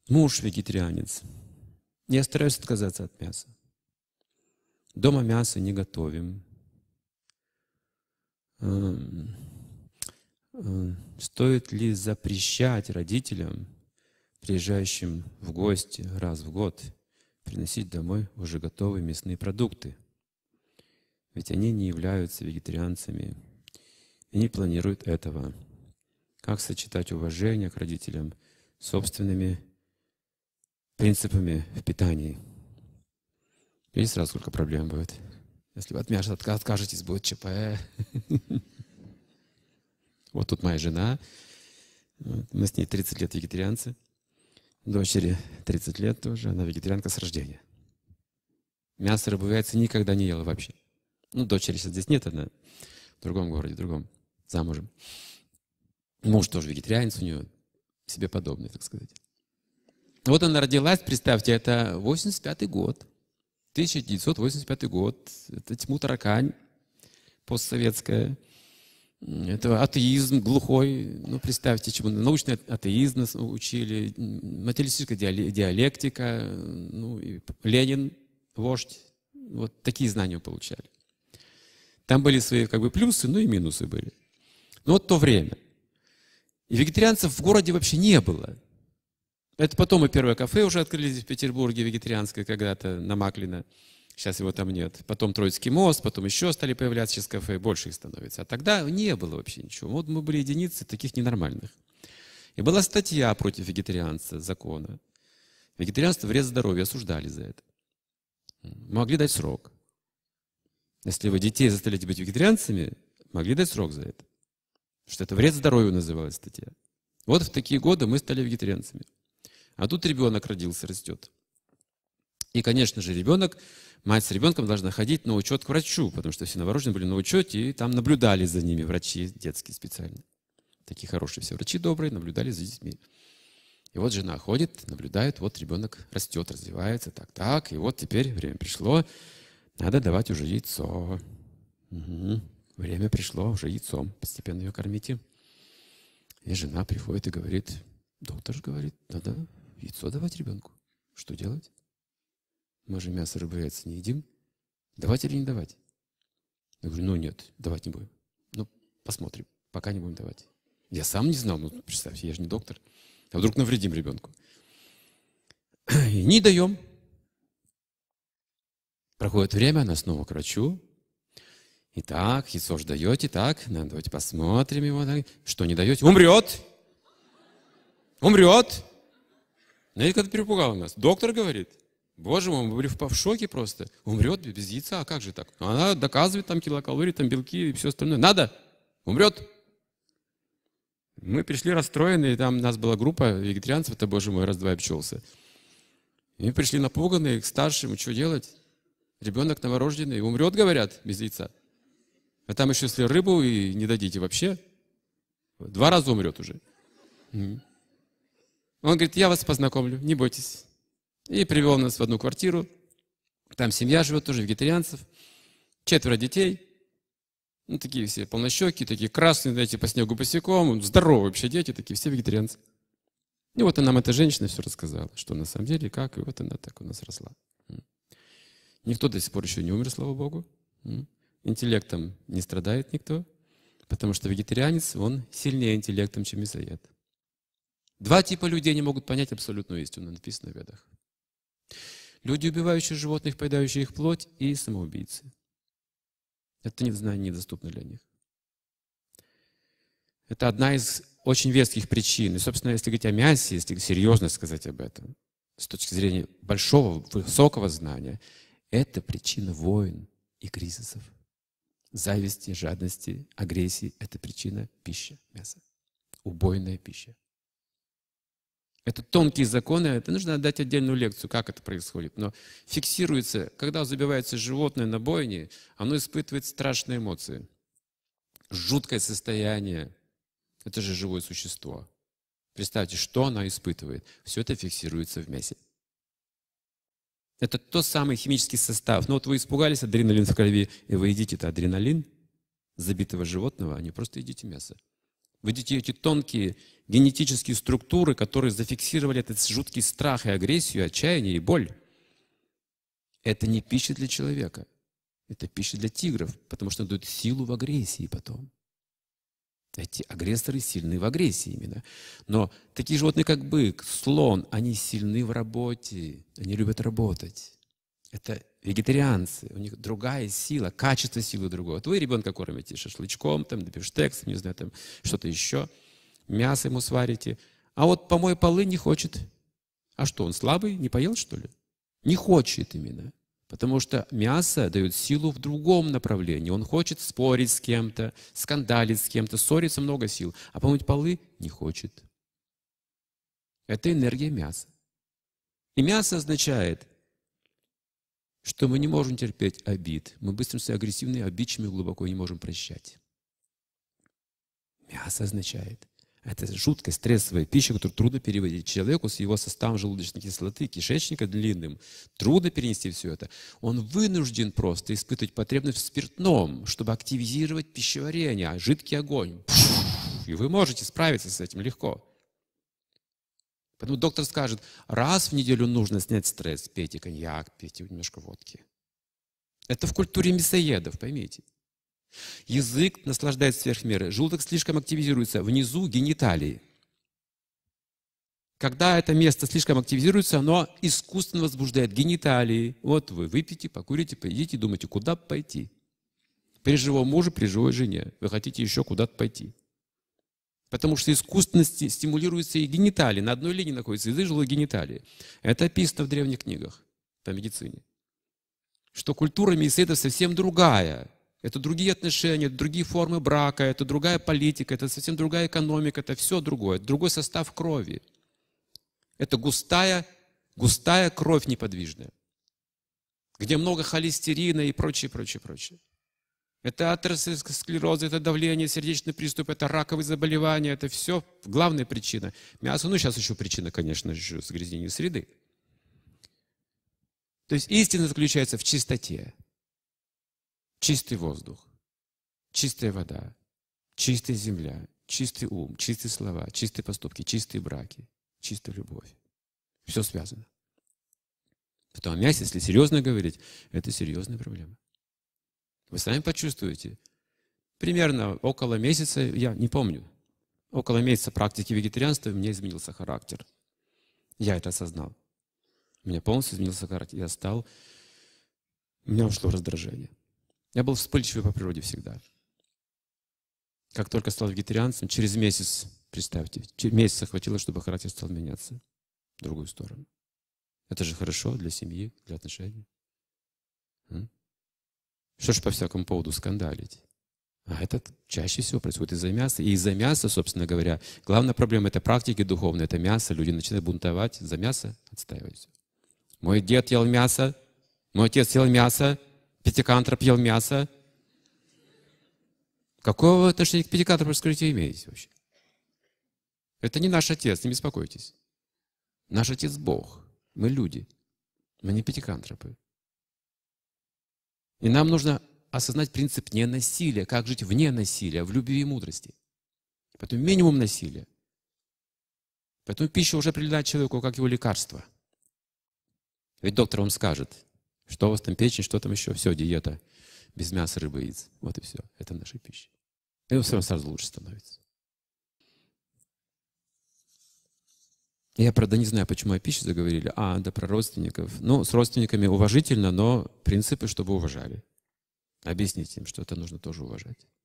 Муж вегетарианец. Я стараюсь отказаться от мяса. Дома мясо не готовим. Стоит ли запрещать родителям, приезжающим в гости раз в год, приносить домой уже готовые мясные продукты? Ведь они не являются вегетарианцами и не планируют этого. Как сочетать уважение к родителям с собственными принципами в питании? Видите, сразу сколько проблем будет. Если вы от мяса откажетесь, будет ЧП. Вот тут моя жена. Мы с ней 30 лет вегетарианцы. Дочери 30 лет тоже. Она вегетарианка с рождения. Мясо, рыбу, яйца никогда не ела вообще. Ну, дочери сейчас здесь нет, она в другом городе, в другом, замужем. Муж тоже вегетарианец, у нее себе подобный, так сказать. Вот она родилась, представьте, это 85-й год. 1985 год. Это тьму-таракань постсоветская. Это атеизм глухой. Ну, представьте, чему научный атеизм нас учили, материалистическая диалектика, ну, и Ленин, вождь. Вот такие знания получали. Там были свои как бы плюсы, ну и минусы были. Но вот то время. И вегетарианцев в городе вообще не было. Это потом и первое кафе уже открыли здесь в Петербурге, вегетарианское когда-то, на Маклина. Сейчас его там нет. Потом Троицкий мост, потом еще стали появляться сейчас кафе, больше их становится. А тогда не было вообще ничего. Вот мы были единицы таких ненормальных. И была статья против вегетарианства, закона. Вегетарианство — вред здоровью, осуждали за это. Могли дать срок. Если вы детей заставляете быть вегетарианцами, могли дать срок за это. Потому что это вред здоровью называлась статья. Вот в такие годы мы стали вегетарианцами. А тут ребенок родился, растет. И, конечно же, ребенок, мать с ребенком должна ходить на учет к врачу, потому что все новорожденные были на учете, и там наблюдали за ними врачи детские специально. Такие хорошие все врачи добрые, наблюдали за детьми. И вот жена ходит, наблюдает, вот ребенок растет, развивается, так, и вот теперь время пришло, надо давать уже яйцо. Угу. Время пришло, уже яйцом, постепенно ее кормите. И жена приходит и говорит, доктор же говорит, надо яйцо давать ребенку. Что делать? Мы же мясо, рыбу, яйца не едим. Давать или не давать? Я говорю, ну нет, давать не будем. Ну, посмотрим, пока не будем давать. Я сам не знал, ну, представьте, я же не доктор. А вдруг навредим ребенку? И не даем. Проходит время, она снова к врачу. Итак, яйцо же даете, так, давайте посмотрим его. Что не даете? Умрет! Умрет! Знаете, как перепугало нас? Доктор говорит. Боже мой, мы были в шоке просто. Умрет без яйца, а как же так? Она доказывает там килокалории, там белки и все остальное. Надо! Умрет! Мы пришли расстроенные, там у нас была группа вегетарианцев, это, боже мой, раз-два обчелся. И мы пришли напуганные к старшим, что делать? Ребенок новорожденный, умрет, говорят, без яйца. А там еще, если рыбу и не дадите вообще, 2 раза умрет уже. Он говорит, я вас познакомлю, не бойтесь. И привел нас в одну квартиру. Там семья живет тоже, вегетарианцев. 4 детей. Ну, такие все полнощеки, такие красные, знаете, по снегу босиком. Здоровые вообще дети, такие все вегетарианцы. И вот нам эта женщина все рассказала, что на самом деле, как, и вот она так у нас росла. Никто до сих пор еще не умер, слава Богу. Интеллектом не страдает никто, потому что вегетарианец, он сильнее интеллектом, чем мясоед. 2 типа людей не могут понять абсолютную истину, написано в Ведах. Люди, убивающие животных, поедающие их плоть, и самоубийцы. Это незнание недоступно для них. Это одна из очень веских причин. И, собственно, если говорить о мясе, если серьезно сказать об этом, с точки зрения большого, высокого знания, это причина войн и кризисов. Зависти, жадности, агрессии – это причина пищи, мяса. Убойная пища. Это тонкие законы, это нужно дать отдельную лекцию, как это происходит. Но фиксируется, когда забивается животное на бойне, оно испытывает страшные эмоции. Жуткое состояние. Это же живое существо. Представьте, что оно испытывает. Все это фиксируется в мясе. Это тот самый химический состав. Ну вот вы испугались, адреналин в крови, и вы едите это адреналин забитого животного, а не просто едите мясо. Видите эти тонкие генетические структуры, которые зафиксировали этот жуткий страх и агрессию, отчаяние и боль. Это не пища для человека. Это пища для тигров, потому что она дает силу в агрессии потом. Эти агрессоры сильны в агрессии именно. Но такие животные, как бык, слон, они сильны в работе. Они любят работать. Это вегетарианцы. У них другая сила, качество силы другое. Вот вы ребенка кормите шашлычком, там, бифштексом, не знаю, там, что-то еще. Мясо ему сварите. А вот помой полы не хочет. А что, он слабый? Не поел, что ли? Не хочет именно. Потому что мясо дает силу в другом направлении. Он хочет спорить с кем-то, скандалить с кем-то, ссориться, много сил. А помыть полы не хочет. Это энергия мяса. И мясо означает, что мы не можем терпеть обид. Мы быстро становимся агрессивными, обидчивыми, глубоко не можем прощать. Мясо означает, это жуткая стрессовая пища, которую трудно переводить человеку с его составом желудочной кислоты, кишечника длинным. Трудно перенести все это. Он вынужден просто испытывать потребность в спиртном, чтобы активизировать пищеварение, жидкий огонь. И вы можете справиться с этим легко. Поэтому доктор скажет, раз в неделю нужно снять стресс, пейте коньяк, пейте немножко водки. Это в культуре мясоедов, поймите. Язык наслаждается сверх меры, желудок слишком активизируется, внизу гениталии. Когда это место слишком активизируется, оно искусственно возбуждает гениталии. Вот вы выпьете, покурите, поедите, думаете, куда пойти. При живом муже, при живой жене. Вы хотите еще куда-то пойти. Потому что искусственно стимулируются и гениталии. На одной линии находятся язык, желудок, гениталии. Это описано в древних книгах по медицине. Что культура мясоедов совсем другая. Это другие отношения, это другие формы брака, это другая политика, это совсем другая экономика, это все другое. Это другой состав крови. Это густая кровь неподвижная, где много холестерина и прочее, прочее, прочее. Это атеросклероз, это давление, сердечный приступ, это раковые заболевания, это все главная причина. Мясо, ну сейчас еще причина, конечно же, загрязнения среды. То есть истина заключается в чистоте. Чистый воздух, чистая вода, чистая земля, чистый ум, чистые слова, чистые поступки, чистые браки, чистая любовь. Все связано. Потом о мясе, если серьезно говорить, это серьезная проблема. Вы сами почувствуете. Примерно около месяца, я не помню, около месяца практики вегетарианства у меня изменился характер. Я это осознал. У меня полностью изменился характер. У меня ушло раздражение. Я был вспыльчивый по природе всегда. Как только стал вегетарианцем, через месяц, представьте, месяца хватило, чтобы характер стал меняться в другую сторону. Это же хорошо для семьи, для отношений. Что ж по всякому поводу скандалить? А это чаще всего происходит из-за мяса. И из-за мяса, собственно говоря, главная проблема это практики духовные, это мясо. Люди начинают бунтовать, за мясо отстаивать. Мой дед ел мясо, мой отец ел мясо, Пятикантроп ел мясо. Какого вы отношения к пятикантропу, скажите, имеете вообще? Это не наш отец, не беспокойтесь. Наш отец Бог. Мы люди. Мы не пятикантропы. И нам нужно осознать принцип ненасилия. Как жить вне насилия, в любви и мудрости. Поэтому минимум насилия. Поэтому пища уже определяет человеку как его лекарство. Ведь доктор вам скажет, что у вас там печень, что там еще. Все, диета. Без мяса, рыбы, яиц. Вот и все. Это наша пища. И все равно сразу лучше становится. Я, правда, не знаю, почему о пище заговорили. Да про родственников. Ну, с родственниками уважительно, но принципы, чтобы уважали. Объясните им, что это нужно тоже уважать.